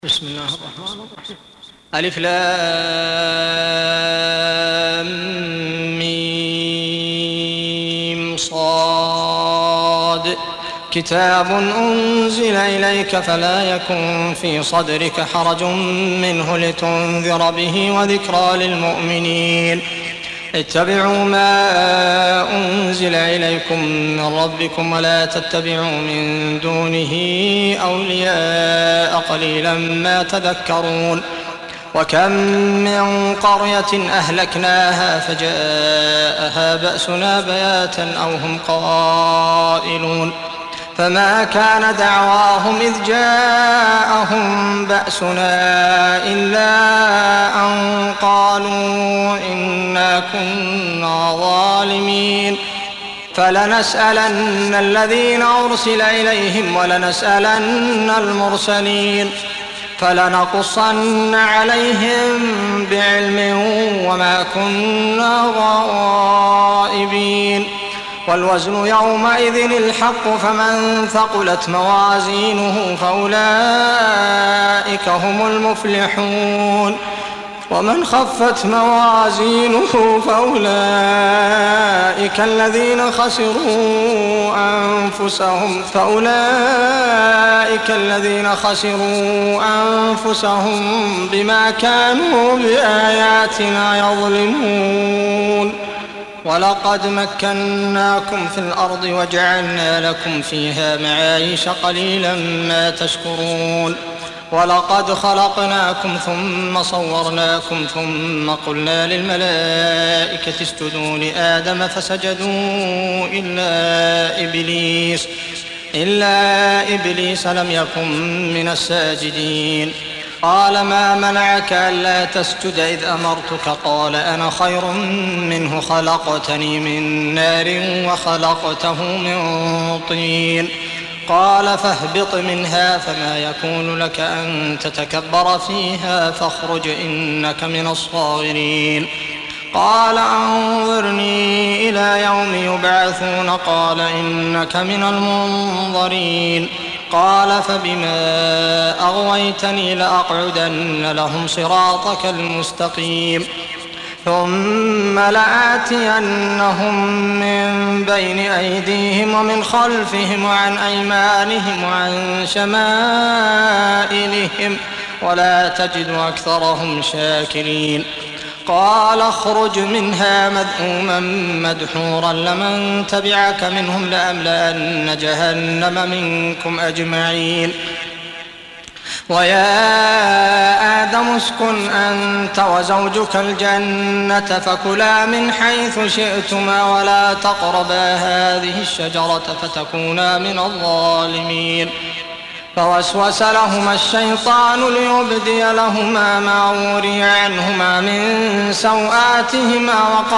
بسم الله الرحمن الرحيم. ألف لام ميم صاد كتاب أنزل إليك فلا يكن في صدرك حرج منه لتنذر به وذكرى للمؤمنين. اتبعوا ما أنزل إليكم من ربكم ولا تتبعوا من دونه أولياء قليلا ما تذكرون. وكم من قرية أهلكناها فجاءها بأسنا بياتا أو هم قائلون فما كان دعواهم إذ جاءهم بأسنا إلا أن قالوا إنا كنا ظالمين. فلنسألن الذين أرسل إليهم ولنسألن المرسلين فلنقصن عليهم بعلم وما كنا غائبين. والوزن يومئذ الحق فمن ثقلت موازينه فأولئك هم المفلحون ومن خفت موازينه فأولئك الذين خسروا أنفسهم بما كانوا بآياتنا يظلمون. ولقد مكناكم في الأرض وجعلنا لكم فيها معايش قليلا ما تشكرون. ولقد خلقناكم ثم صورناكم ثم قلنا للملائكة اسجدوا لآدم فسجدوا إلا إبليس لم يكن من الساجدين. قال ما منعك ألا تسجد إذ أمرتك؟ قال أنا خير منه خلقتني من نار وخلقته من طين. قال فاهبط منها فما يكون لك أن تتكبر فيها فاخرج إنك من الصاغرين. قال أنظرني إلى يوم يبعثون قال إنك من المنظرين. قال فبما أغويتني لأقعدن لهم صراطك المستقيم ثم لآتينهم من بين أيديهم ومن خلفهم وعن أيمانهم وعن شمائلهم ولا تجد أكثرهم شاكرين. قال اخرج منها مذءوما مدحورا لمن تبعك منهم لأملأن جهنم منكم أجمعين. ويا آدم اسكن أنت وزوجك الجنة فكلا من حيث شئتما ولا تقربا هذه الشجرة فتكونا من الظالمين. فوسوس لهما الشيطان ليبدي لهما ما وري عنهما من سوآتهما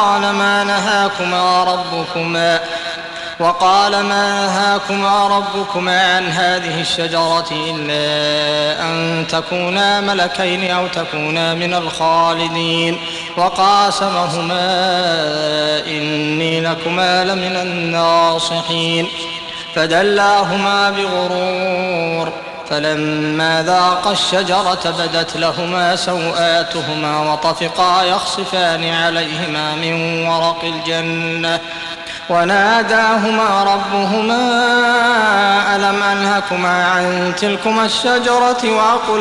وقال ما نهاكما ربكما عن هذه الشجرة إلا أن تكونا ملكين أو تكونا من الخالدين. وقاسمهما إني لكما لمن الناصحين. فدلاهما بغرور فلما ذاقا الشجرة بدت لهما سوآتهما وطفقا يخصفان عليهما من ورق الجنة وناداهما ربهما ألم أنهكما عن تلكما الشجرة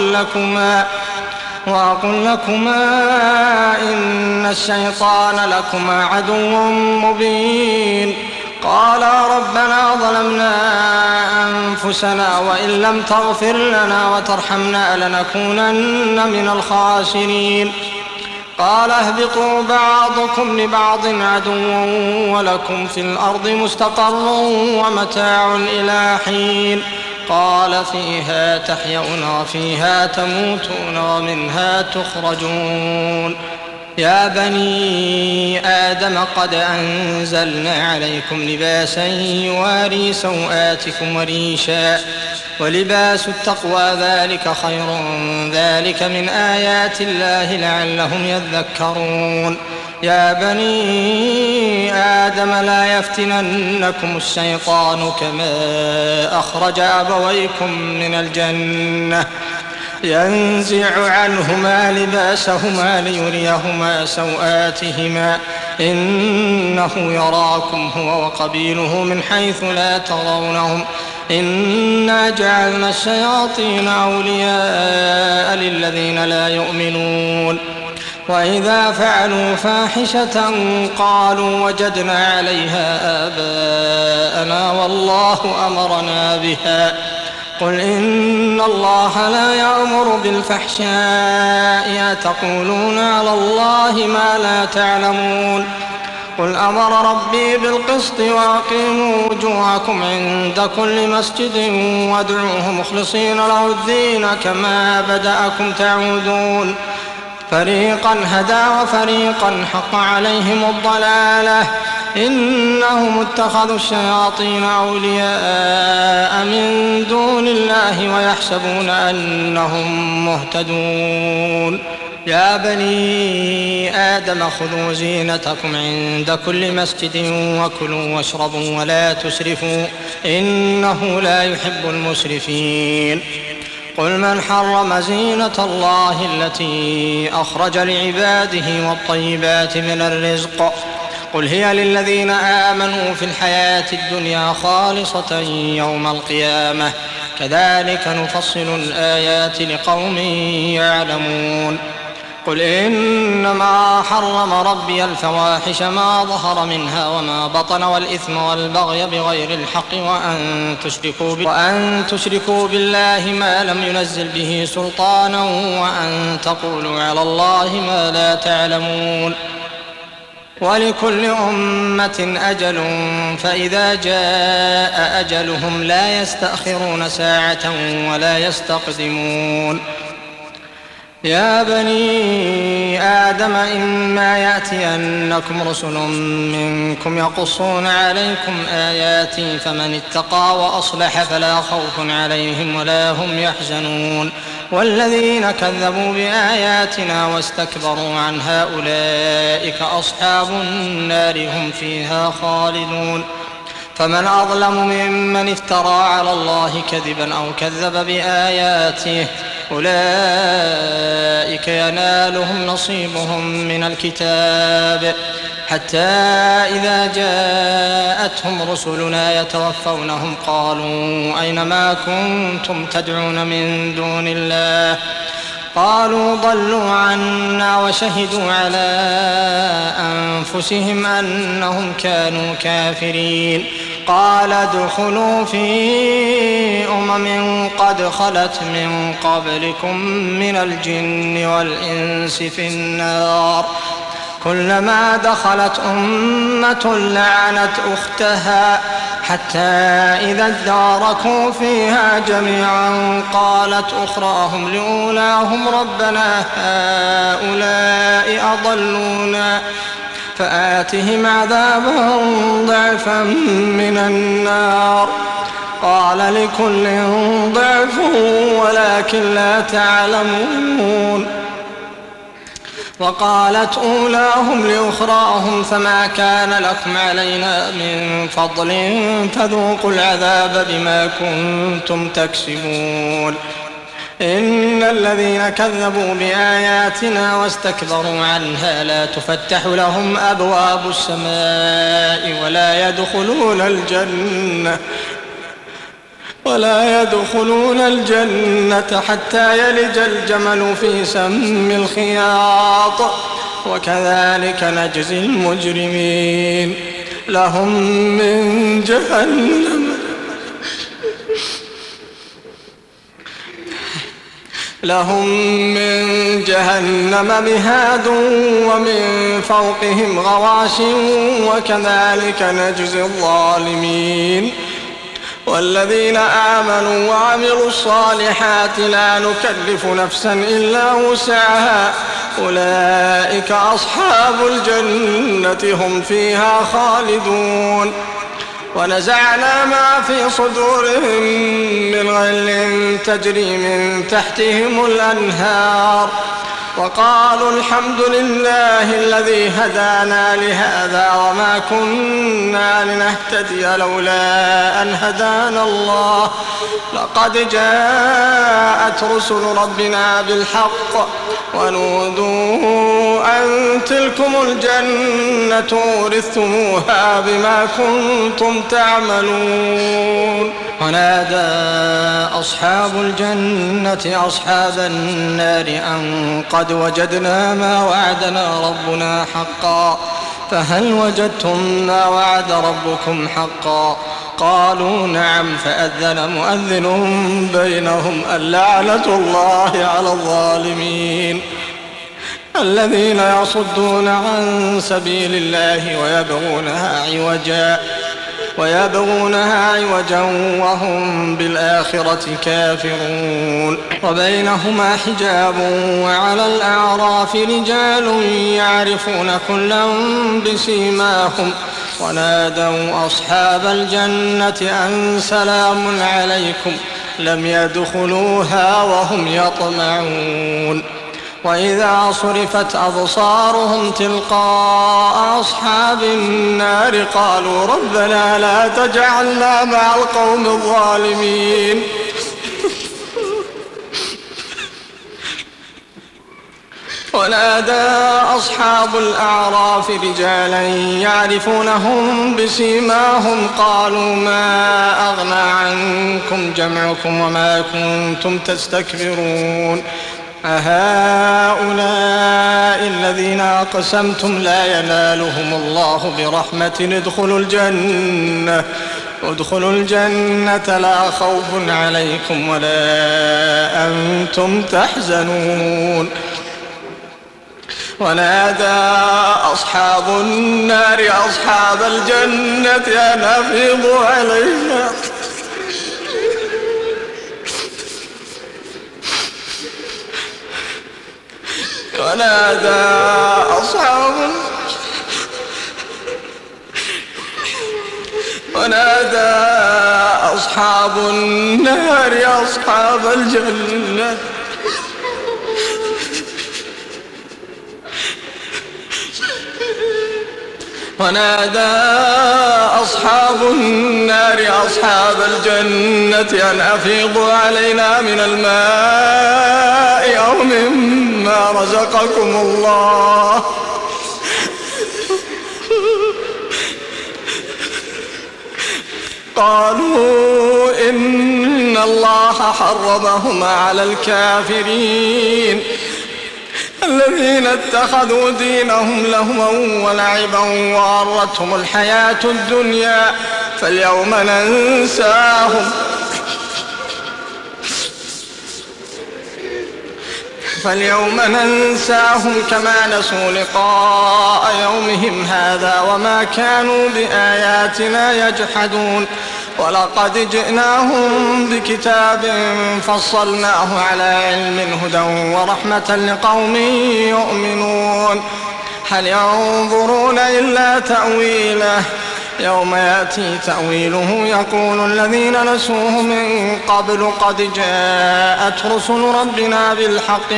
وأقل لكما إن الشيطان لكما عدو مبين. قالا ربنا ظلمنا أنفسنا وإن لم تغفر لنا وترحمنا لنكونن من الخاسرين. قال اهبطوا بعضكم لبعض عدو ولكم في الأرض مستقر ومتاع إلى حين. قال فيها تحيون وفيها تموتون ومنها تخرجون. يا بني آدم قد أنزلنا عليكم لباسا يواري سوآتكم وريشا ولباس التقوى ذلك خير ذلك من آيات الله لعلهم يذكرون. يا بني آدم لا يفتننكم الشيطان كما أخرج أبويكم من الجنة ينزع عنهما لباسهما ليريهما سوآتهما إنه يراكم هو وقبيله من حيث لا ترونهم إنا جعلنا الشياطين أولياء للذين لا يؤمنون وإذا فعلوا فاحشة قالوا وجدنا عليها آباءنا والله أمرنا بها قل إن الله لا يأمر بالفحشاء أتقولون على الله ما لا تعلمون قل أمر ربي بالقسط وأقيموا وجوهكم عند كل مسجد وادعوه مخلصين له الدين كما بدأكم تعودون فريقا هدى وفريقا حق عليهم الضلالة إنهم اتخذوا الشياطين أولياء من دون الله ويحسبون أنهم مهتدون يا بني آدم خذوا زينتكم عند كل مسجد وكلوا واشربوا ولا تسرفوا إنه لا يحب المسرفين قل من حرم زينة الله التي أخرج لعباده والطيبات من الرزق قل هي للذين آمنوا في الحياة الدنيا خالصة يوم القيامة كذلك نفصل الآيات لقوم يعلمون قل إنما حرم ربي الفواحش ما ظهر منها وما بطن والإثم والبغي بغير الحق وأن تشركوا بالله ما لم ينزل به سلطانا وأن تقولوا على الله ما لا تعلمون ولكل أمة أجل فإذا جاء أجلهم لا يستأخرون ساعة ولا يستقدمون يا بني آدم إما يأتينكم رسل منكم يقصون عليكم آياتي فمن اتقى وأصلح فلا خوف عليهم ولا هم يحزنون والذين كذبوا بآياتنا واستكبروا عنها أولئك أصحاب النار هم فيها خالدون فمن أظلم ممن افترى على الله كذبا أو كذب بآياته أولئك ينالهم نصيبهم من الكتاب حتى إذا جاءتهم رسلنا يتوفونهم قالوا أين ما كنتم تدعون من دون الله قالوا ضلوا عنا وشهدوا على أنفسهم أنهم كانوا كافرين قال ادخلوا في قد خلت من قبلكم من الجن والإنس في النار كلما دخلت أمة لعنت أختها حتى إذا اداركوا فيها جميعا قالت أخراهم لأولاهم ربنا هؤلاء أضلونا فآتهم عذابا ضعفا من النار قال لكل ضعف ولكن لا تعلمون وقالت أولاهم لأخراهم فما كان لكم علينا من فضل فذوقوا العذاب بما كنتم تكسبون إن الذين كذبوا بآياتنا واستكبروا عنها لا تفتح لهم أبواب السماء ولا يدخلون الجنة حتى يلج الجمل في سم الخياط وكذلك نجزي المجرمين لهم من جهنم مهاد ومن فوقهم غواش وكذلك نجزي الظالمين والذين آمنوا وعملوا الصالحات لا نكلف نفسا إلا وسعها أولئك أصحاب الجنة هم فيها خالدون ونزعنا ما في صدورهم من غل تجري من تحتهم الأنهار وقالوا الحمد لله الذي هدانا لهذا وما كنا لنهتدي لولا أن هدانا الله لقد جاءت رسل ربنا بالحق ونودوا أن تلكم الجنة أورثتموها بما كنتم تعملون. ونادى أصحاب الجنة أصحاب النار أن قد وجدنا ما وعدنا ربنا حقا فهل وجدتم ما وعد ربكم حقا؟ قالوا نعم. فأذن مؤذن بينهم اللعنة الله على الظالمين الذين يصدون عن سبيل الله ويبغونها عوجا وهم بالآخرة كافرون. وبينهما حجاب وعلى الأعراف رجال يعرفون كلا بسيماهم ونادوا أصحاب الجنة أن سلام عليكم لم يدخلوها وهم يطمعون. وإذا صرفت أبصارهم تلقاء أصحاب النار قالوا ربنا لا تجعلنا مع القوم الظالمين. ونادى أصحاب الأعراف رجالا يعرفونهم بسيماهم قالوا ما أغنى عنكم جمعكم وما كنتم تستكبرون أهؤلاء الذين أقسمتم لا ينالهم الله برحمة ادخلوا الجنة لا خوف عليكم ولا أنتم تحزنون. ونادى أصحاب النار أصحاب الجنة أن أفيضوا علينا ونادى أصحاب النار أصحاب الجنة أن أفيضوا علينا من الماء أو مما رزقكم الله قالوا إن الله حرمهما على الكافرين الذين اتخذوا دينهم لهوا ولعبا وغرتهم الحياة الدنيا فاليوم ننساهم كما نسوا لقاء يومهم هذا وما كانوا بآياتنا يجحدون. ولقد جئناهم بكتاب فصلناه على علم هدى ورحمة لقوم يؤمنون. هل ينظرون إلا تأويله يوم يأتي تأويله يقول الذين نسوه من قبل قد جاءت رسل ربنا بالحق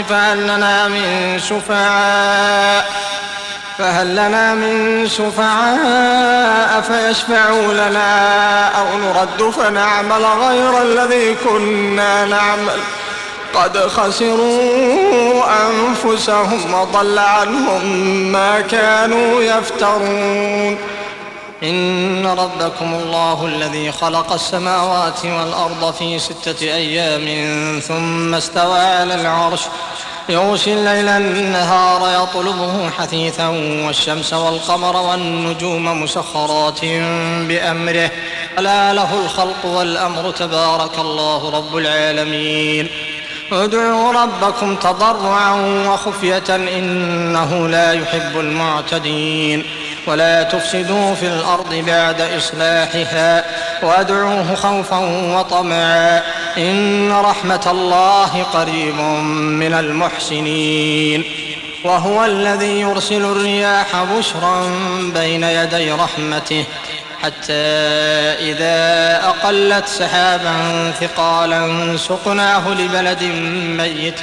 فهل لنا من شفعاء فيشفعوا لنا أو نرد فنعمل غير الذي كنا نعمل قد خسروا أنفسهم وضل عنهم ما كانوا يفترون. إن ربكم الله الذي خلق السماوات والأرض في 6 أيام ثم استوى على العرش يغشي الليل النهار يطلبه حثيثا والشمس والقمر والنجوم مسخرات بأمره ألا له الخلق والأمر تبارك الله رب العالمين. ادعوا ربكم تضرعا وخفية إنه لا يحب المعتدين. ولا تفسدوا في الأرض بعد إصلاحها وادعوه خوفا وطمعا إن رحمة الله قريب من المحسنين. وهو الذي يرسل الرياح بشرا بين يدي رحمته حتى إذا أقلت سحابا ثقالا سقناه لبلد ميت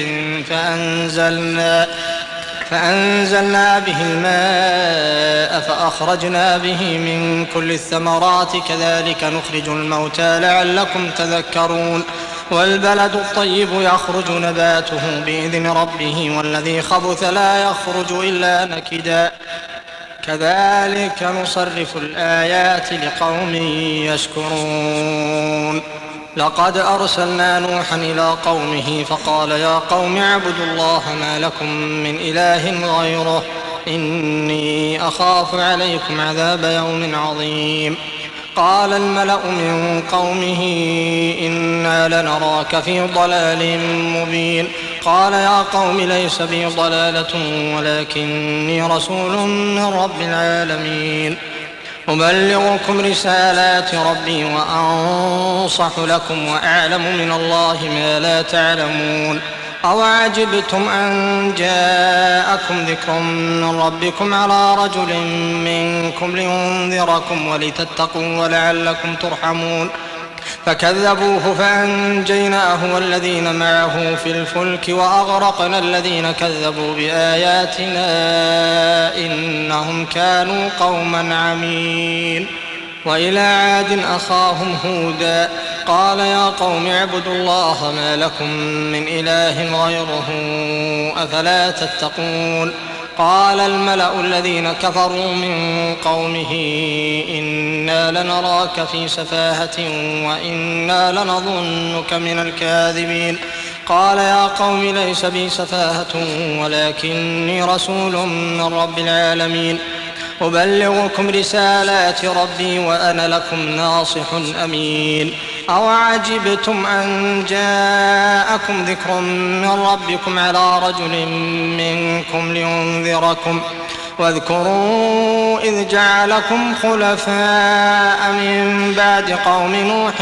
فأنزلنا به الماء فأخرجنا به من كل الثمرات كذلك نخرج الموتى لعلكم تذكرون والبلد الطيب يخرج نباته بإذن ربه والذي خبث لا يخرج إلا نكدا كذلك نصرف الآيات لقوم يشكرون لقد أرسلنا نوحا إلى قومه فقال يا قوم اعبدوا الله ما لكم من إله غيره إني أخاف عليكم عذاب يوم عظيم قال الملأ من قومه إنا لنراك في ضلال مبين قال يا قوم ليس بي ضلالة ولكني رسول من رب العالمين أبلغكم رسالات ربي وأنصح لكم وأعلم من الله ما لا تعلمون أوعجبتم أن جاءكم ذكر من ربكم على رجل منكم لينذركم ولتتقوا ولعلكم ترحمون فكذبوه فأنجيناه والذين معه في الفلك وأغرقنا الذين كذبوا بآياتنا إنهم كانوا قوما عمين وإلى عاد أخاهم هودا قال يا قوم اعبدوا الله ما لكم من إله غيره أفلا تتقون قال الملأ الذين كفروا من قومه إنا لنراك في سفاهة وإنا لنظنك من الكاذبين قال يا قوم ليس بي سفاهة ولكني رسول من رب العالمين أبلغكم رسالات ربي وأنا لكم ناصح أمين أوعجبتم أن جاءكم ذكر من ربكم على رجل منكم لينذركم واذكروا إذ جعلكم خلفاء من بعد قوم نوح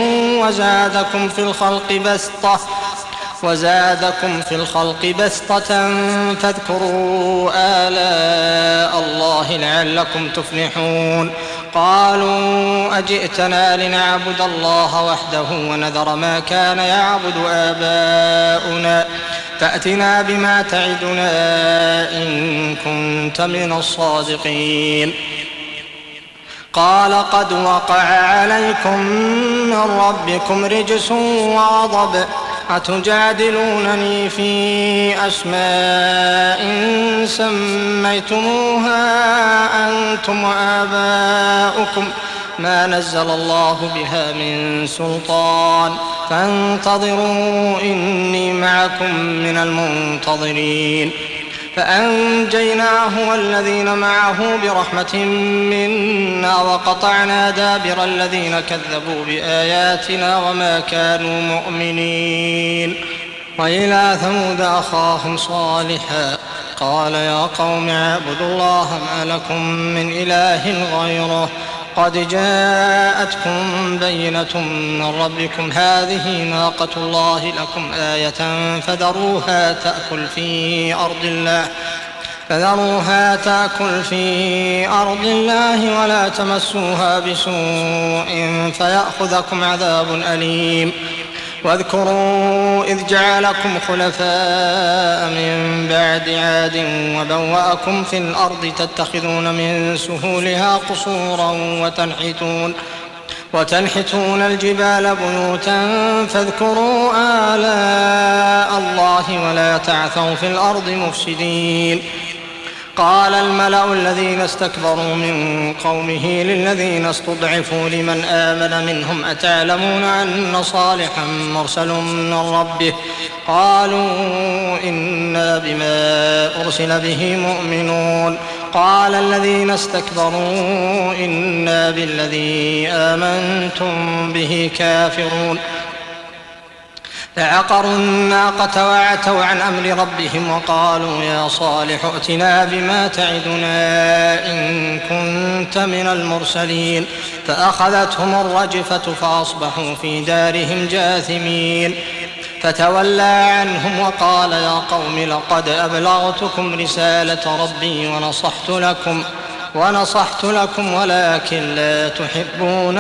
وزادكم في الخلق بسطة فاذكروا آلاء الله لعلكم تفلحون قالوا أجئتنا لنعبد الله وحده ونذر ما كان يعبد آباؤنا فأتنا بما تعدنا إن كنت من الصادقين قال قد وقع عليكم من ربكم رجس وغضب أتجادلونني في أسماء سميتموها أنتم وآباؤكم ما نزل الله بها من سلطان فانتظروا إني معكم من المنتظرين فأنجيناه والذين معه برحمة منا وقطعنا دابر الذين كذبوا بآياتنا وما كانوا مؤمنين وإلى ثمود أخاهم صالحا قال يا قوم اعبدوا الله ما لكم من إله غيره قد جاءتكم بينة من ربكم هذه ناقة الله لكم آية فذروها تأكل في أرض الله ولا تمسوها بسوء فيأخذكم عذاب أليم واذكروا إذ جعلكم خلفاء من بعد عاد وبوأكم في الأرض تتخذون من سهولها قصورا وتنحتون الجبال بيوتا فاذكروا آلاء الله ولا تعثوا في الأرض مفسدين قال الملأ الذين استكبروا من قومه للذين استضعفوا لمن آمن منهم أتعلمون أن صالحا مرسل من ربه قالوا إنا بما أرسل به مؤمنون قال الذين استكبروا إنا بالذي آمنتم به كافرون فعقروا الناقة وعتوا عن أمر ربهم وقالوا يا صالح ائتنا بما تعدنا إن كنت من المرسلين فأخذتهم الرجفة فأصبحوا في دارهم جاثمين فتولى عنهم وقال يا قوم لقد أبلغتكم رسالة ربي ونصحت لكم ونصحت لكم ولكن لا تحبون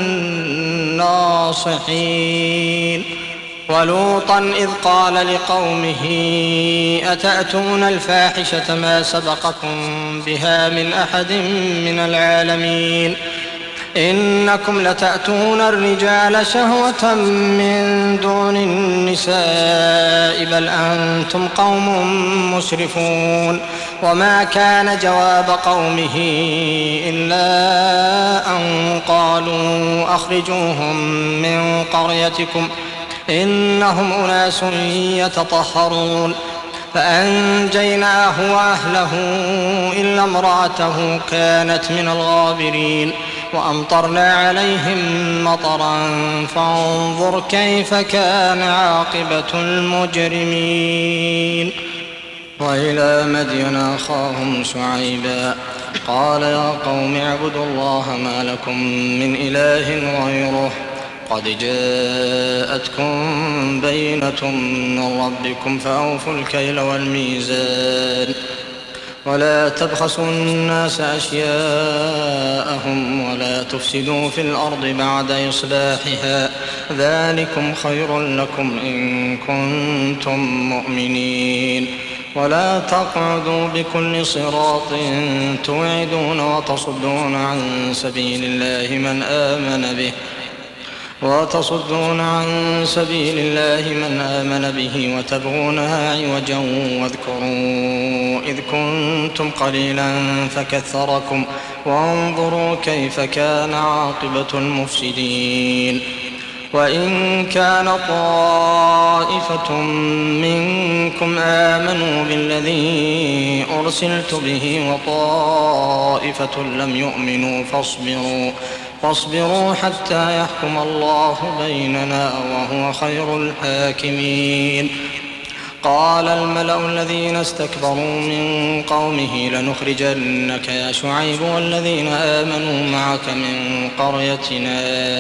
الناصحين. ولوطا إذ قال لقومه أتأتون الفاحشة ما سبقكم بها من أحد من العالمين إنكم لتأتون الرجال شهوة من دون النساء بل أنتم قوم مسرفون. وما كان جواب قومه إلا أن قالوا أخرجوهم من قريتكم إنهم أناس يتطهرون. فأنجيناه وأهله إلا امرأته كانت من الغابرين وأمطرنا عليهم مطرا فانظر كيف كان عاقبة المجرمين. وإلى مدين أخاهم شعيبا قال يا قوم اعبدوا الله ما لكم من إله غيره قد جاءتكم بينة من ربكم فأوفوا الكيل والميزان ولا تبخسوا الناس أشياءهم ولا تفسدوا في الأرض بعد إصلاحها ذلكم خير لكم إن كنتم مؤمنين. ولا تقعدوا بكل صراط توعدون وتصدون عن سبيل الله من آمن به وتبغونها عوجا واذكروا إذ كنتم قليلا فكثركم وانظروا كيف كان عاقبة المفسدين. وإن كان طائفة منكم آمنوا بالذي أرسلت به وطائفة لم يؤمنوا فاصبروا حتى يحكم الله بيننا وهو خير الحاكمين. قال الملأ الذين استكبروا من قومه لنخرجنك يا شعيب والذين آمنوا معك من قريتنا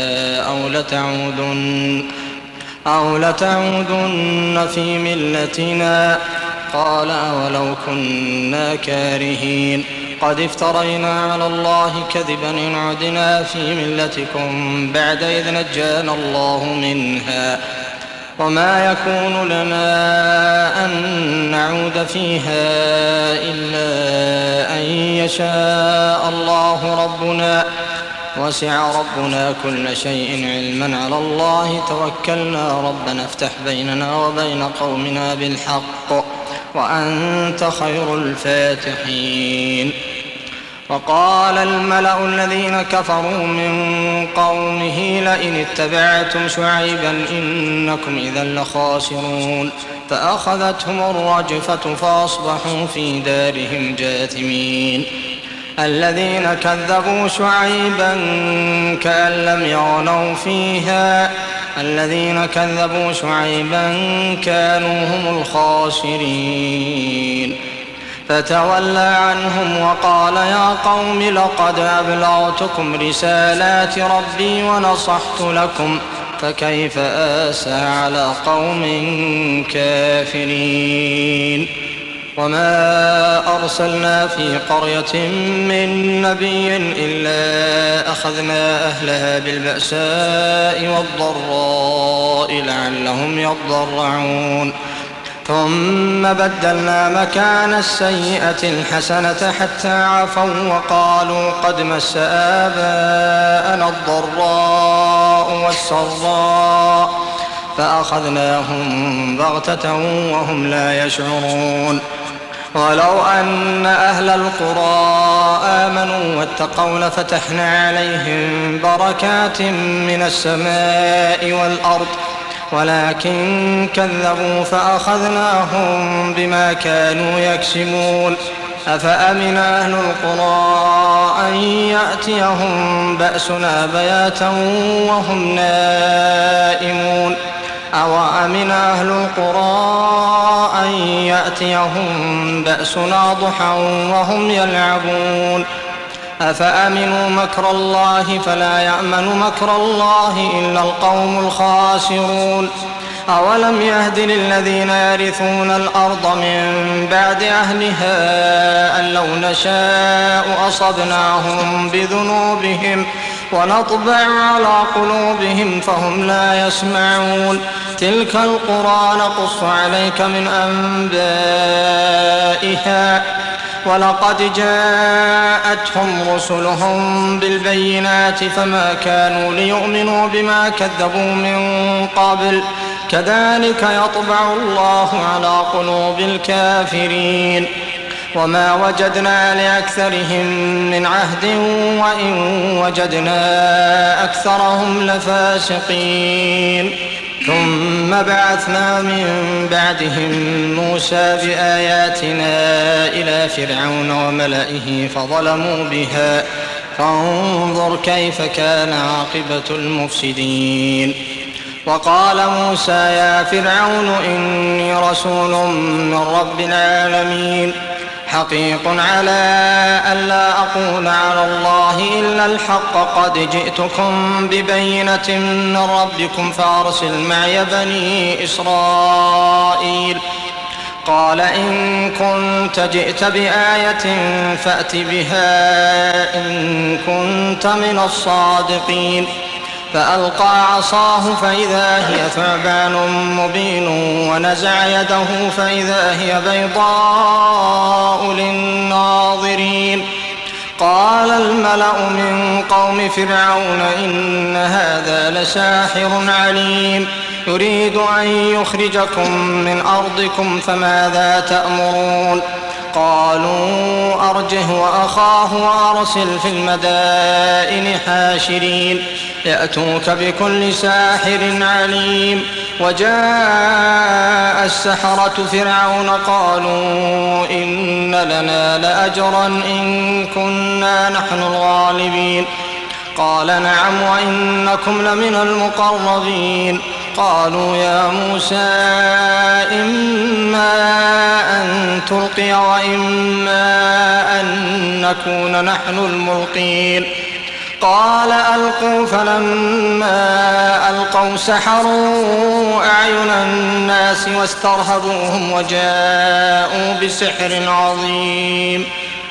أو لتعودن في ملتنا. قال أولو كنا كارهين قد افترينا على الله كذبا إن عدنا في ملتكم بعد إذ نجانا الله منها وما يكون لنا أن نعود فيها إلا أن يشاء الله ربنا وسع ربنا كل شيء علما على الله توكلنا ربنا افتح بيننا وبين قومنا بالحق وأنت خير الفاتحين. وقال الملأ الذين كفروا من قومه لئن اتبعتم شعيبا إنكم إذا لخاسرون. فأخذتهم الرجفة فأصبحوا في دارهم جاثمين. الذين كذبوا شعيبا كأن لم يغنوا فيها الذين كذبوا شعيبا كانوا هم الخاسرين. فتولى عنهم وقال يا قوم لقد أبلغتكم رسالات ربي ونصحت لكم فكيف آسى على قوم كافرين. وما أرسلنا في قرية من نبي إلا أخذنا أهلها بالبأساء والضراء لعلهم يضرعون ثم بدلنا مكان السيئة الحسنة حتى عفوا وقالوا قد مس آباءنا الضراء والسراء فأخذناهم بغتة وهم لا يشعرون. ولو أن أهل القرى آمنوا واتقوا لفتحنا عليهم بركات من السماء والأرض ولكن كذبوا فأخذناهم بما كانوا يكسبون. أفأمن أهل القرى أن يأتيهم بأسنا بياتا وهم نائمون أوأمن أهل القرى أن يأتيهم بأسنا ضحى وهم يلعبون أفأمنوا مكر الله فلا يأمن مكر الله إلا القوم الخاسرون. أولم يهد للذين يرثون الأرض من بعد أهلها أن لو نشاء أصبناهم بذنوبهم ونطبع على قلوبهم فهم لا يسمعون تلك القرى نقص عليك من أنبائها ولقد جاءتهم رسلهم بالبينات فما كانوا ليؤمنوا بما كذبوا من قبل كذلك يطبع الله على قلوب الكافرين وما وجدنا لأكثرهم من عهد وإن وجدنا أكثرهم لفاسقين ثم بعثنا من بعدهم موسى بآياتنا إلى فرعون وملئه فظلموا بها فانظر كيف كان عاقبة المفسدين وقال موسى يا فرعون إني رسول من رب العالمين حقيق على ألا أقول على الله إلا الحق قد جئتكم ببينة من ربكم فأرسل معي بني إسرائيل قال إن كنت جئت بآية فأت بها إن كنت من الصادقين فألقى عصاه فإذا هي ثعبان مبين ونزع يده فإذا هي بيضاء للناظرين قال الملأ من قوم فرعون إن هذا لساحر عليم يريد أن يخرجكم من أرضكم فماذا تأمرون قالوا أرجه وأخاه وأرسل في المدائن حاشرين يأتوك بكل ساحر عليم وجاء السحرة فرعون قالوا إن لنا لأجرا إن كنا نحن الغالبين قال نعم وإنكم لمن المقربين قالوا يا موسى إما أن تلقي وإما أن نكون نحن الملقين قال ألقوا فلما ألقوا سحروا أعين الناس واسترهبوهم وجاءوا بسحر عظيم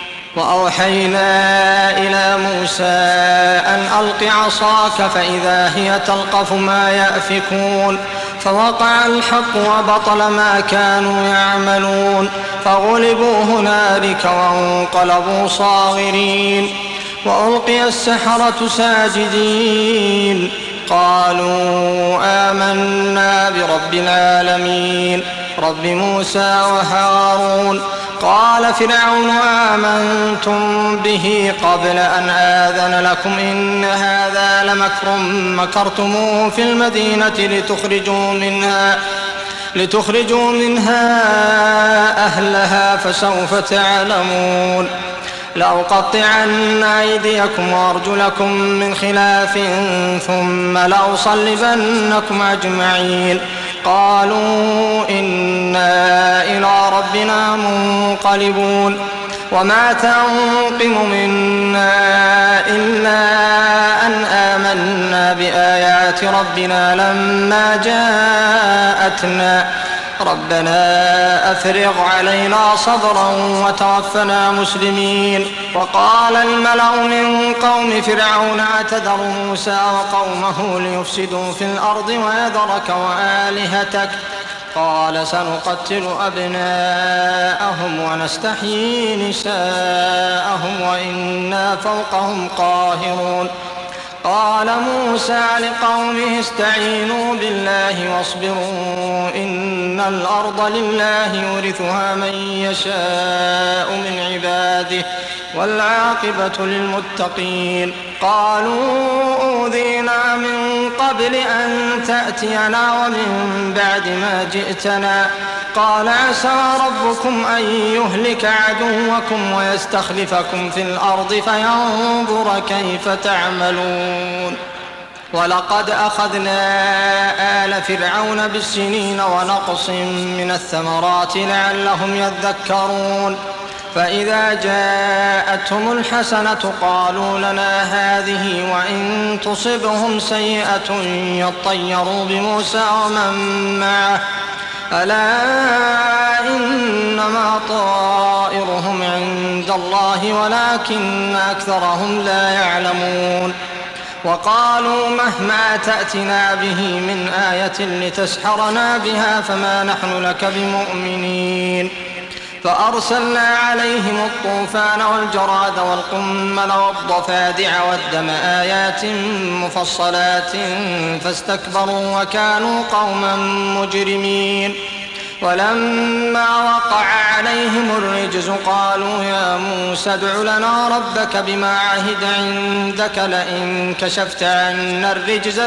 وأوحينا إلى موسى أن ألق عصاك فإذا هي تلقف ما يأفكون فوقع الحق وبطل ما كانوا يعملون فغلبوا هنالك وانقلبوا صاغرين وألقي السحرة ساجدين قالوا آمنا برب العالمين رب موسى وهارون قال فرعون آمنتم به قبل أن آذن لكم إن هذا لمكر مكرتموه في المدينة لتخرجوا منها أهلها فسوف تعلمون لأقطعن أيديكم وأرجلكم من خلاف ثم لأصلبنكم أجمعين قالوا إنا إلى ربنا منقلبون وما تنقم منا إلا أن آمنا بآيات ربنا لما جاءتنا ربنا أفرغ علينا صبرا وتوفنا مسلمين وقال الملأ من قوم فرعون أتذر موسى وقومه ليفسدوا في الأرض ويذرك وآلهتك قال سنقتل أبناءهم ونستحيي نساءهم وإنا فوقهم قاهرون قال موسى لقومه استعينوا بالله واصبروا إن الأرض لله يورثها من يشاء من عباده والعاقبة للمتقين قالوا أوذينا من قبل أن تأتينا ومن بعد ما جئتنا قال عسى ربكم أن يهلك عدوكم ويستخلفكم في الأرض فينظر كيف تعملون ولقد أخذنا آل فرعون بالسنين ونقص من الثمرات لعلهم يذكرون فإذا جاءتهم الحسنة قالوا لنا هذه وإن تصبهم سيئة يطيروا بموسى ومن معه ألا إنما طائرهم عند الله ولكن أكثرهم لا يعلمون وقالوا مهما تأتنا به من آية لتسحرنا بها فما نحن لك بمؤمنين فأرسلنا عليهم الطوفان والجراد والقمل والضفادع والدم آيات مفصلات فاستكبروا وكانوا قوما مجرمين ولما وقع عليهم الرجز قالوا يا موسى ادع لنا ربك بما عهد عندك لئن كشفت عنا الرجز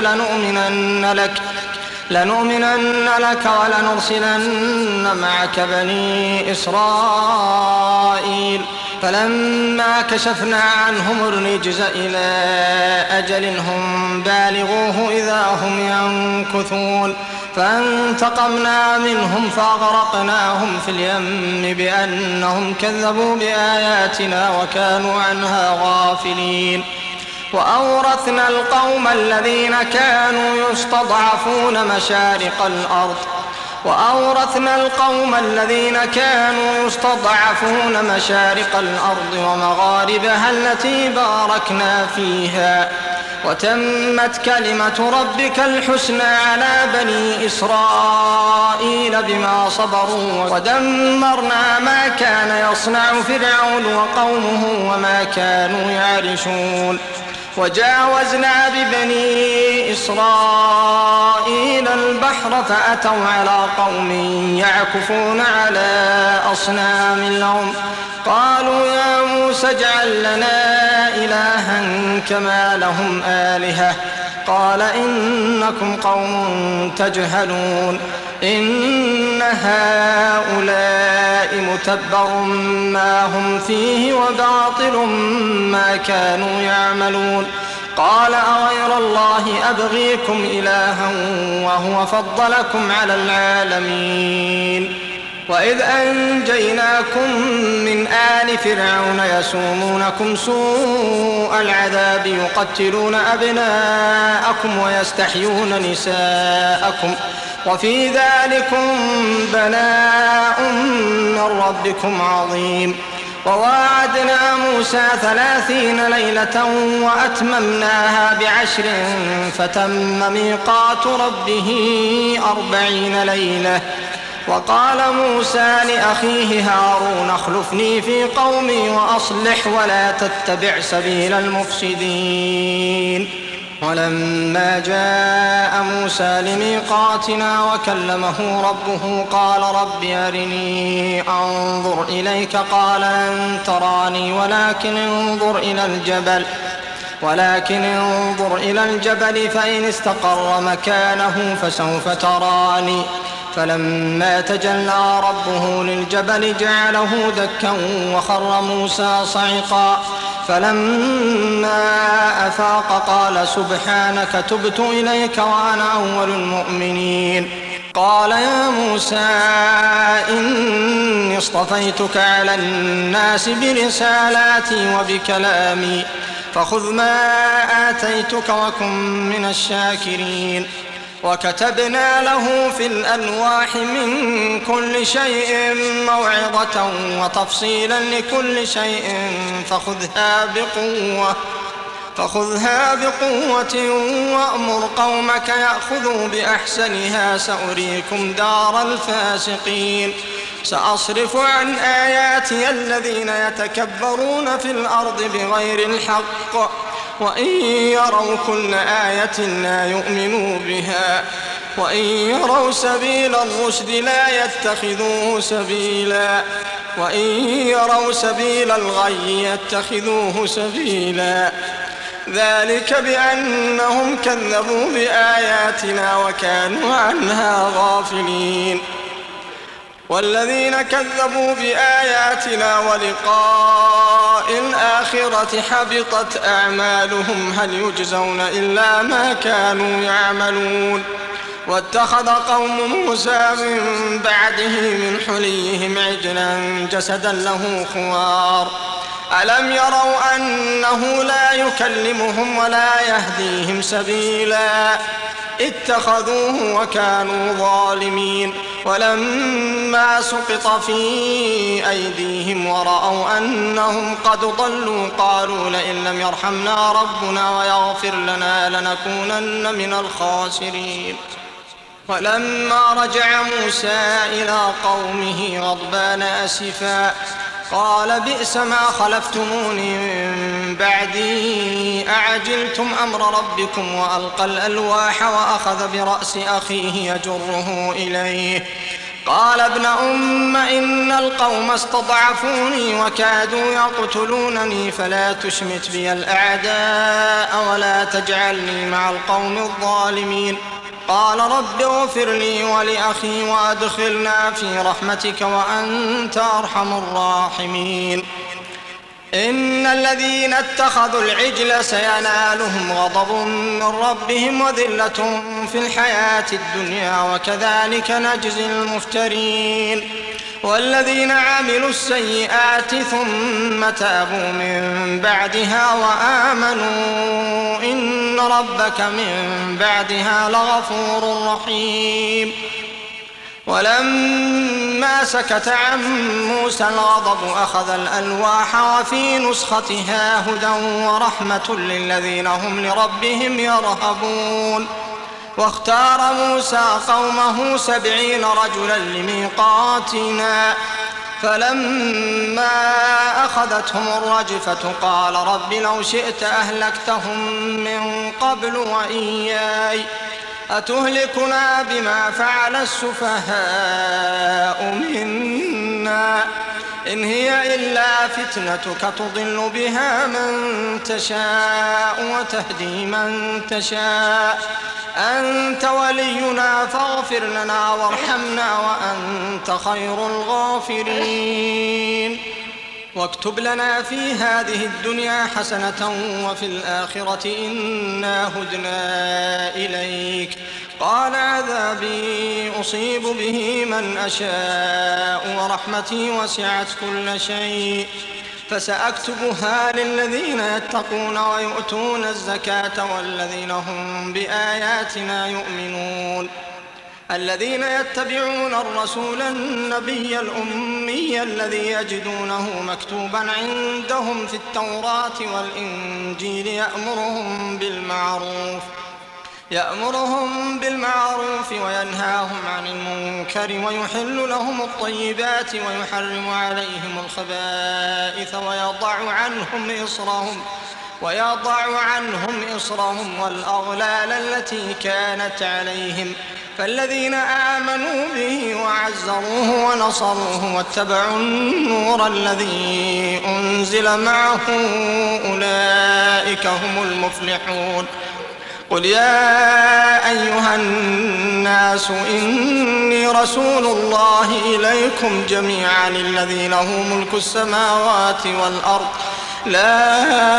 لنؤمنن لك ولنرسلن معك بني إسرائيل فلما كشفنا عنهم الرجز إلى أجل هم بالغوه إذا هم ينكثون فانتقمنا منهم فأغرقناهم في اليم بأنهم كذبوا بآياتنا وكانوا عنها غافلين وأورثنا القوم الذين كانوا يستضعفون مشارق الأرض ومغاربها التي باركنا فيها وتمت كلمة ربك الحسنى على بني إسرائيل بما صبروا ودمرنا ما كان يصنع فرعون وقومه وما كانوا يعرشون وجاوزنا ببني إسرائيل البحر فأتوا على قوم يعكفون على أصنام لهم قالوا يا موسى اجعل لنا إلها كما لهم آلهة قال إنكم قوم تجهلون إن هؤلاء متبر ما هم فيه وباطل ما كانوا يعملون قال أغير الله أبغيكم إلها وهو فضلكم على العالمين وإذ أنجيناكم من آل فرعون يسومونكم سوء العذاب يقتلون أبناءكم ويستحيون نساءكم وفي ذلكم بلاء من ربكم عظيم وواعدنا موسى 30 ليلة وأتممناها ب10 فتم ميقات ربه 40 ليلة وقال موسى لأخيه هارون اخلفني في قومي وأصلح ولا تتبع سبيل المفسدين ولما جاء موسى لميقاتنا وكلمه ربه قال رب أرني أنظر إليك قال لن تراني ولكن انظر إلى الجبل فإن استقر مكانه فسوف تراني فلما تجلى ربه للجبل جعله دكا وخر موسى صعقا فلما أفاق قال سبحانك تبت إليك وأنا أول المؤمنين قال يا موسى إني اصطفيتك على الناس برسالاتي وبكلامي فخذ ما آتيتك وكن من الشاكرين وكتبنا له في الألواح من كل شيء موعظة وتفصيلا لكل شيء فخذها بقوة وأمر قومك يأخذوا بأحسنها سأريكم دار الفاسقين سأصرف عن آياتي الذين يتكبرون في الأرض بغير الحق وإن يروا كل آية لا يؤمنوا بها وإن يروا سبيل الرشد لا يتخذوه سبيلا وإن يروا سبيل الغي يتخذوه سبيلا ذلك بأنهم كذبوا بآياتنا وكانوا عنها غافلين والذين كذبوا بآياتنا ولقاء الآخرة حبطت أعمالهم هل يجزون إلا ما كانوا يعملون واتخذ قوم موسى من بعده من حليهم عجلا جسدا له خوار ألم يروا أنه لا يكلمهم ولا يهديهم سبيلا اتخذوه وكانوا ظالمين ولما سقط في أيديهم ورأوا أنهم قد ضلوا قالوا لئن لم يرحمنا ربنا ويغفر لنا لنكونن من الخاسرين ولما رجع موسى إلى قومه غضبان أسفا قال بئس ما خلفتموني من بعدي أعجلتم أمر ربكم وألقى الألواح وأخذ برأس أخيه يجره إليه قال ابن أم إن القوم استضعفوني وكادوا يقتلونني فلا تشمت بي الأعداء ولا تجعلني مع القوم الظالمين قال رب اغفر لي ولأخي وأدخلنا في رحمتك وأنت أرحم الراحمين إن الذين اتخذوا العجل سينالهم غضب من ربهم وذلة في الحياة الدنيا وكذلك نجزي المفترين والذين عملوا السيئات ثم تابوا من بعدها وآمنوا إن ربك من بعدها لغفور رحيم ولما سكت عن موسى الغضب أخذ الألواح وفي نسختها هدى ورحمة للذين هم لربهم يرهبون واختار موسى قومه 70 رجلا لميقاتنا فلما أخذتهم الرجفة قال رب لو شئت أهلكتهم من قبل وإياي أتهلكنا بما فعل السفهاء منا إن هي إلا فتنتك تضل بها من تشاء وتهدي من تشاء أنت ولينا فاغفر لنا وارحمنا وأنت خير الغافرين واكتب لنا في هذه الدنيا حسنة وفي الآخرة إنا هدنا إليك قال عذابي أصيب به من أشاء ورحمتي وسعت كل شيء فسأكتبها للذين يتقون ويؤتون الزكاة والذين هم بآياتنا يؤمنون الذين يتبعون الرسول النبي الأمي الذي يجدونه مكتوبا عندهم في التوراة والإنجيل يأمرهم بالمعروف وينهاهم عن المنكر ويحل لهم الطيبات ويحرم عليهم الخبائث ويضع عنهم إصرهم والأغلال التي كانت عليهم فالذين آمنوا به وعزروه ونصروه واتبعوا النور الذي أنزل معه أولئك هم المفلحون قل يا أيها الناس إني رسول الله إليكم جميعا الذي له ملك السماوات والأرض لا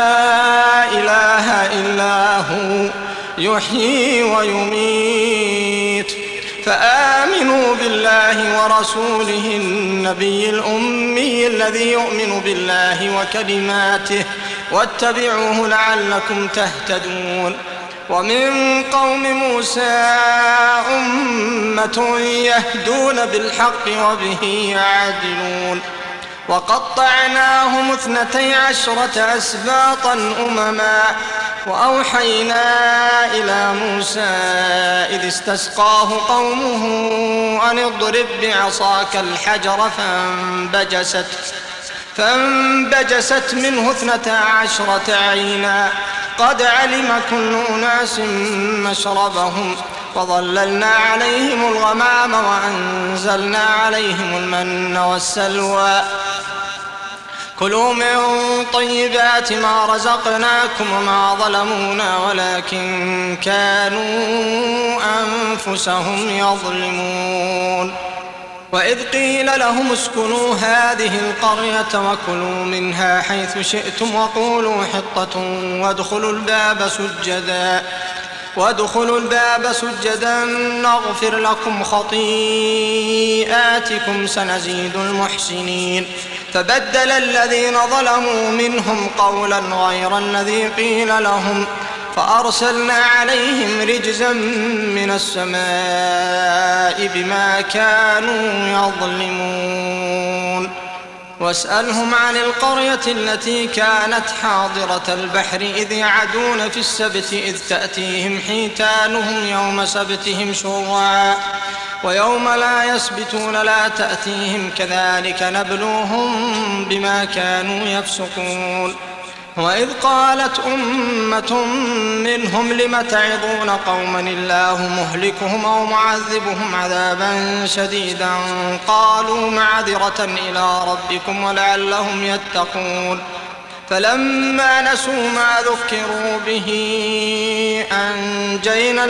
إله إلا هو يحيي ويميت فآمنوا بالله ورسوله النبي الأمي الذي يؤمن بالله وكلماته واتبعوه لعلكم تهتدون ومن قوم موسى أمة يهدون بالحق وبه يعدلون وقطعناهم 12 أسباطا أمما وأوحينا إلى موسى إذ استسقاه قومه أن اضرب بعصاك الحجر فانبجست منه 12 عينا قد علم كل أناس مشربهم وظللنا عليهم الغمام وأنزلنا عليهم المن والسلوى كلوا من طيبات ما رزقناكم وما ظلمونا ولكن كانوا أنفسهم يظلمون وإذ قيل لهم اسكنوا هذه القرية وكلوا منها حيث شئتم وقولوا حطة وادخلوا الباب سجدا وادخلوا الباب سجدا نغفر لكم خطيئاتكم سنزيد المحسنين. فبدل الذين ظلموا منهم قولا غير الذي قيل لهم فأرسلنا عليهم رجزا من السماء بما كانوا يظلمون. واسألهم عن القرية التي كانت حاضرة البحر إذ يعدون في السبت إذ تأتيهم حيتانهم يوم سبتهم شرعا ويوم لا يسبتون لا تأتيهم كذلك نبلوهم بما كانوا يفسقون. وإذ قالت أمة منهم لم تعظون قوما الله مهلكهم أو معذبهم عذابا شديدا قالوا معذرة إلى ربكم ولعلهم يتقون. فلما نسوا ما ذكروا به أنجينا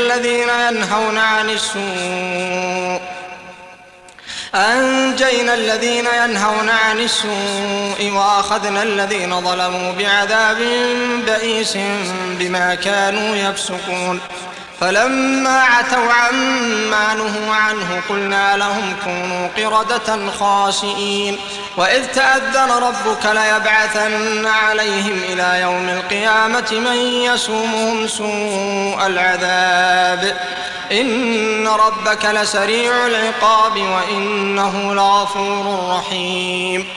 الذين ينهون عن السوء وأخذنا الذين ظلموا بعذاب بئيس بما كانوا يفسقون. فلما عتوا عما نهوا عنه قلنا لهم كونوا قردة خاسئين. وإذ تأذن ربك ليبعثن عليهم إلى يوم القيامة من يسومهم سوء العذاب إن ربك لسريع العقاب وإنه لغفور رحيم.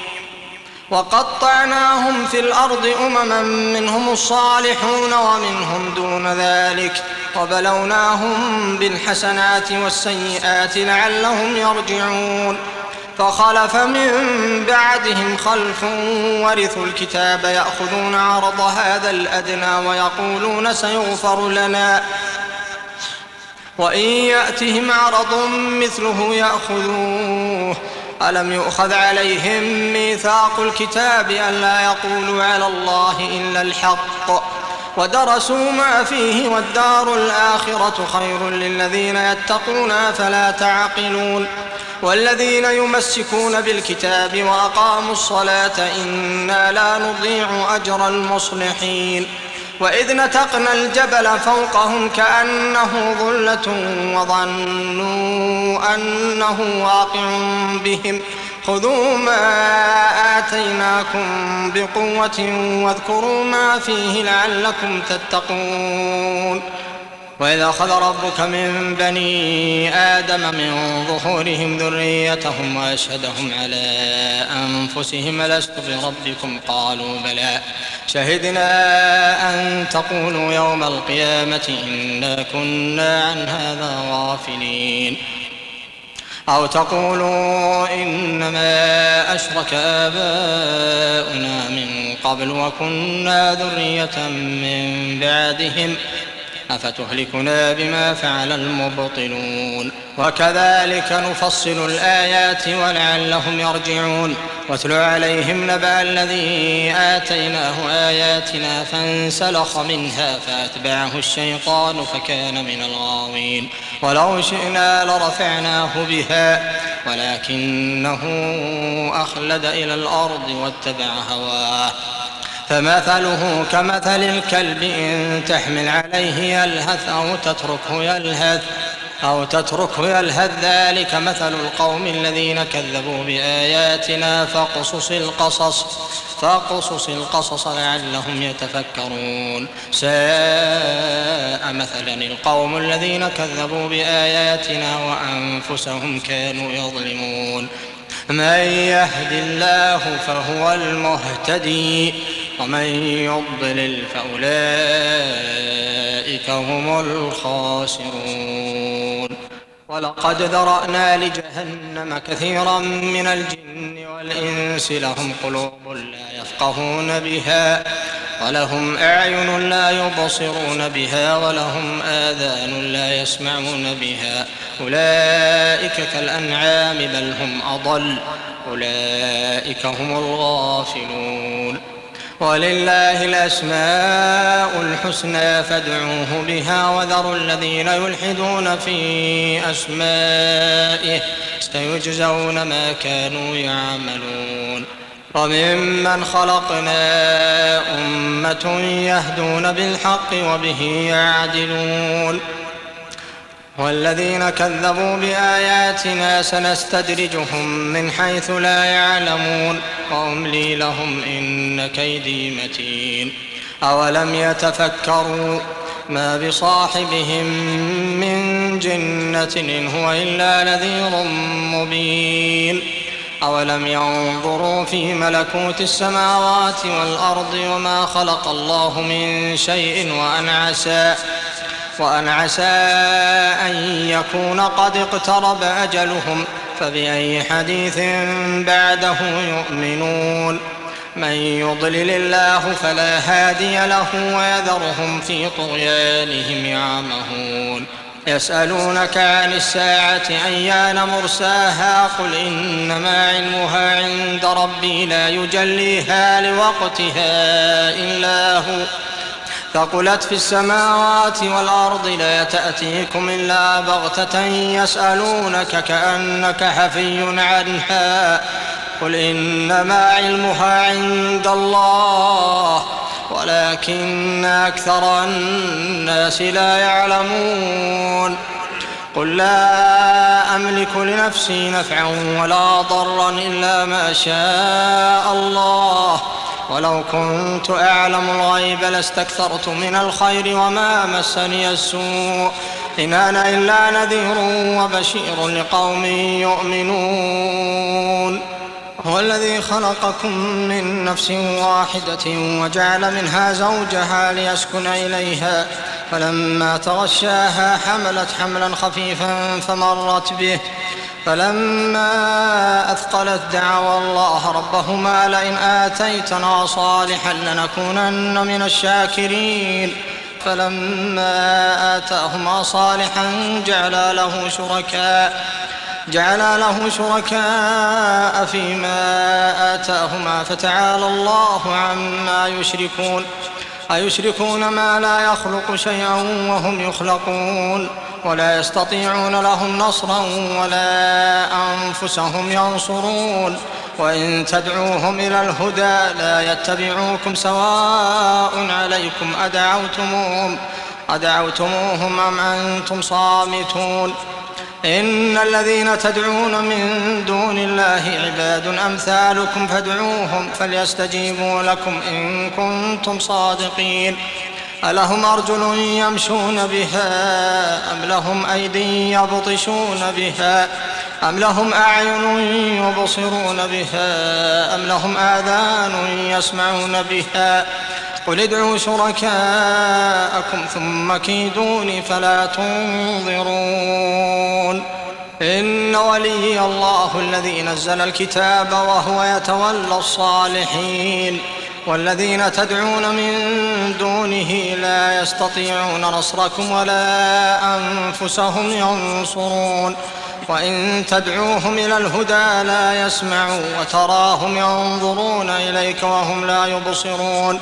وقطعناهم في الأرض أمما منهم الصالحون ومنهم دون ذلك وبلوناهم بالحسنات والسيئات لعلهم يرجعون. فخلف من بعدهم خلف ورثوا الكتاب يأخذون عرض هذا الأدنى ويقولون سيغفر لنا وإن يأتهم عرض مثله يأخذوه. ألم يؤخذ عليهم ميثاق الكتاب ألا يقولوا على الله إلا الحق ودرسوا ما فيه والدار الآخرة خير للذين يتقون فلا تعقلون. والذين يمسكون بالكتاب وأقاموا الصلاة إنا لا نضيع أجر المصلحين. وإذ نتقنا الجبل فوقهم كأنه ظلة وظنوا أنه واقع بهم خذوا ما آتيناكم بقوة واذكروا ما فيه لعلكم تتقون. وإذ أخذ ربك من بني آدم من ظهورهم ذريتهم وأشهدهم على أنفسهم ألست بربكم قالوا بلى شهدنا أن تقولوا يوم القيامة إنا كنا عن هذا غافلين أو تقولوا إنما أشرك آباؤنا من قبل وكنا ذرية من بعدهم أفتهلكنا بما فعل المبطلون. وكذلك نفصل الآيات ولعلهم يرجعون. واتل عليهم نبأ الذي آتيناه آياتنا فانسلخ منها فأتبعه الشيطان فكان من الغاوين. ولو شئنا لرفعناه بها ولكنه أخلد إلى الأرض واتبع هواه فمثله كمثل الكلب إن تحمل عليه يلهث أو تتركه يلهث ذلك مثل القوم الذين كذبوا بآياتنا فاقصص القصص لعلهم يتفكرون. ساء مثلا القوم الذين كذبوا بآياتنا وأنفسهم كانوا يظلمون. من يهد الله فهو المهتدي ومن يضلل فأولئك هم الخاسرون. ولقد ذرأنا لجهنم كثيرا من الجن والإنس لهم قلوب لا يفقهون بها ولهم أعين لا يبصرون بها ولهم آذان لا يسمعون بها أولئك كالأنعام بل هم أضل أولئك هم الغافلون. ولله الأسماء الحسنى فادعوه بها وذروا الذين يلحدون في أسمائه سيجزون ما كانوا يعملون. وممن خلقنا أمة يهدون بالحق وبه يعدلون والذين كذبوا بآياتنا سنستدرجهم من حيث لا يعلمون وأملي لهم إن كيدي متين أولم يتفكروا ما بصاحبهم من جنة إن هو إلا نذير مبين أولم ينظروا في ملكوت السماوات والأرض وما خلق الله من شيء وأن عسى أن يكون قد اقترب أجلهم فبأي حديث بعده يؤمنون من يضلل الله فلا هادي له ويذرهم في طغيانهم يعمهون يسألونك عن الساعة أيان مرساها قل إنما علمها عند ربي لا يجليها لوقتها إلا هو ثقلت في السماوات والأرض لا تأتيكم إلا بغتة يسألونك كأنك حفي عنها قل إنما علمها عند الله ولكن أكثر الناس لا يعلمون قل لا أملك لنفسي نفعا ولا ضرا إلا ما شاء الله ولو كنت أعلم الغيب لاستكثرت من الخير وما مسني السوء إن أنا إلا نذير وبشير لقوم يؤمنون هو الذي خلقكم من نفس واحدة وجعل منها زوجها ليسكن إليها فلما تغشاها حملت حملا خفيفا فمرت به فلما أثقلت دعوا الله ربهما لئن آتيتنا صالحا لنكونن من الشاكرين فلما آتاهما صالحا جعلا له شركاء فيما آتاهما فتعالى الله عما يشركون أيشركون ما لا يخلق شيئا وهم يخلقون ولا يستطيعون لهم نصرا ولا أنفسهم ينصرون وإن تدعوهم إلى الهدى لا يتبعوكم سواء عليكم أدعوتموهم أم أنتم صامتون إن الذين تدعون من دون الله عباد أمثالكم فادعوهم فليستجيبوا لكم إن كنتم صادقين ألهم أرجل يمشون بها أم لهم أيدي يبطشون بها أم لهم أعين يبصرون بها أم لهم آذان يسمعون بها قل ادعوا شركاءكم ثم كيدوني فلا تنظرون إن ولي الله الذي نزل الكتاب وهو يتولى الصالحين والذين تدعون من دونه لا يستطيعون نصركم ولا أنفسهم ينصرون وإن تدعوهم إلى الهدى لا يسمعوا وتراهم ينظرون إليك وهم لا يبصرون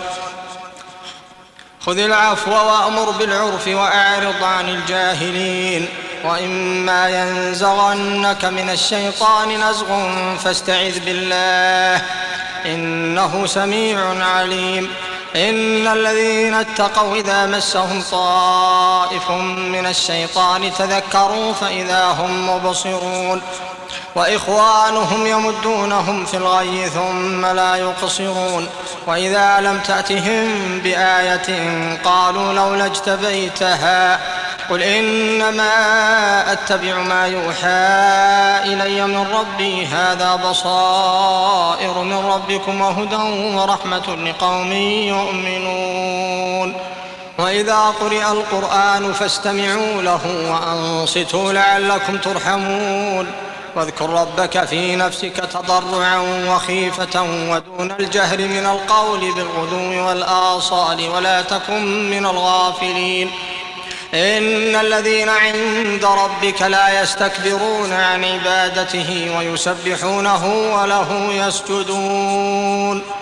خذ العفو وأمر بالعرف وأعرض عن الجاهلين وإما ينزغنك من الشيطان نزغ فاستعذ بالله إنه سميع عليم إن الذين اتقوا إذا مسهم طائف من الشيطان تذكروا فإذا هم مبصرون وإخوانهم يمدونهم في الغي ثم لا يقصرون وإذا لم تأتهم بآية قالوا لولا اجتبيتها قل إنما أتبع ما يوحى إلي من ربي هذا بصائر من ربكم وهدى ورحمة لقوم يؤمنون وإذا قرئ القرآن فاستمعوا له وأنصتوا لعلكم ترحمون واذكر ربك في نفسك تضرعا وخيفة ودون الجهر من القول بالغدو والآصال ولا تكن من الغافلين إن الذين عند ربك لا يستكبرون عن عبادته ويسبحونه وله يسجدون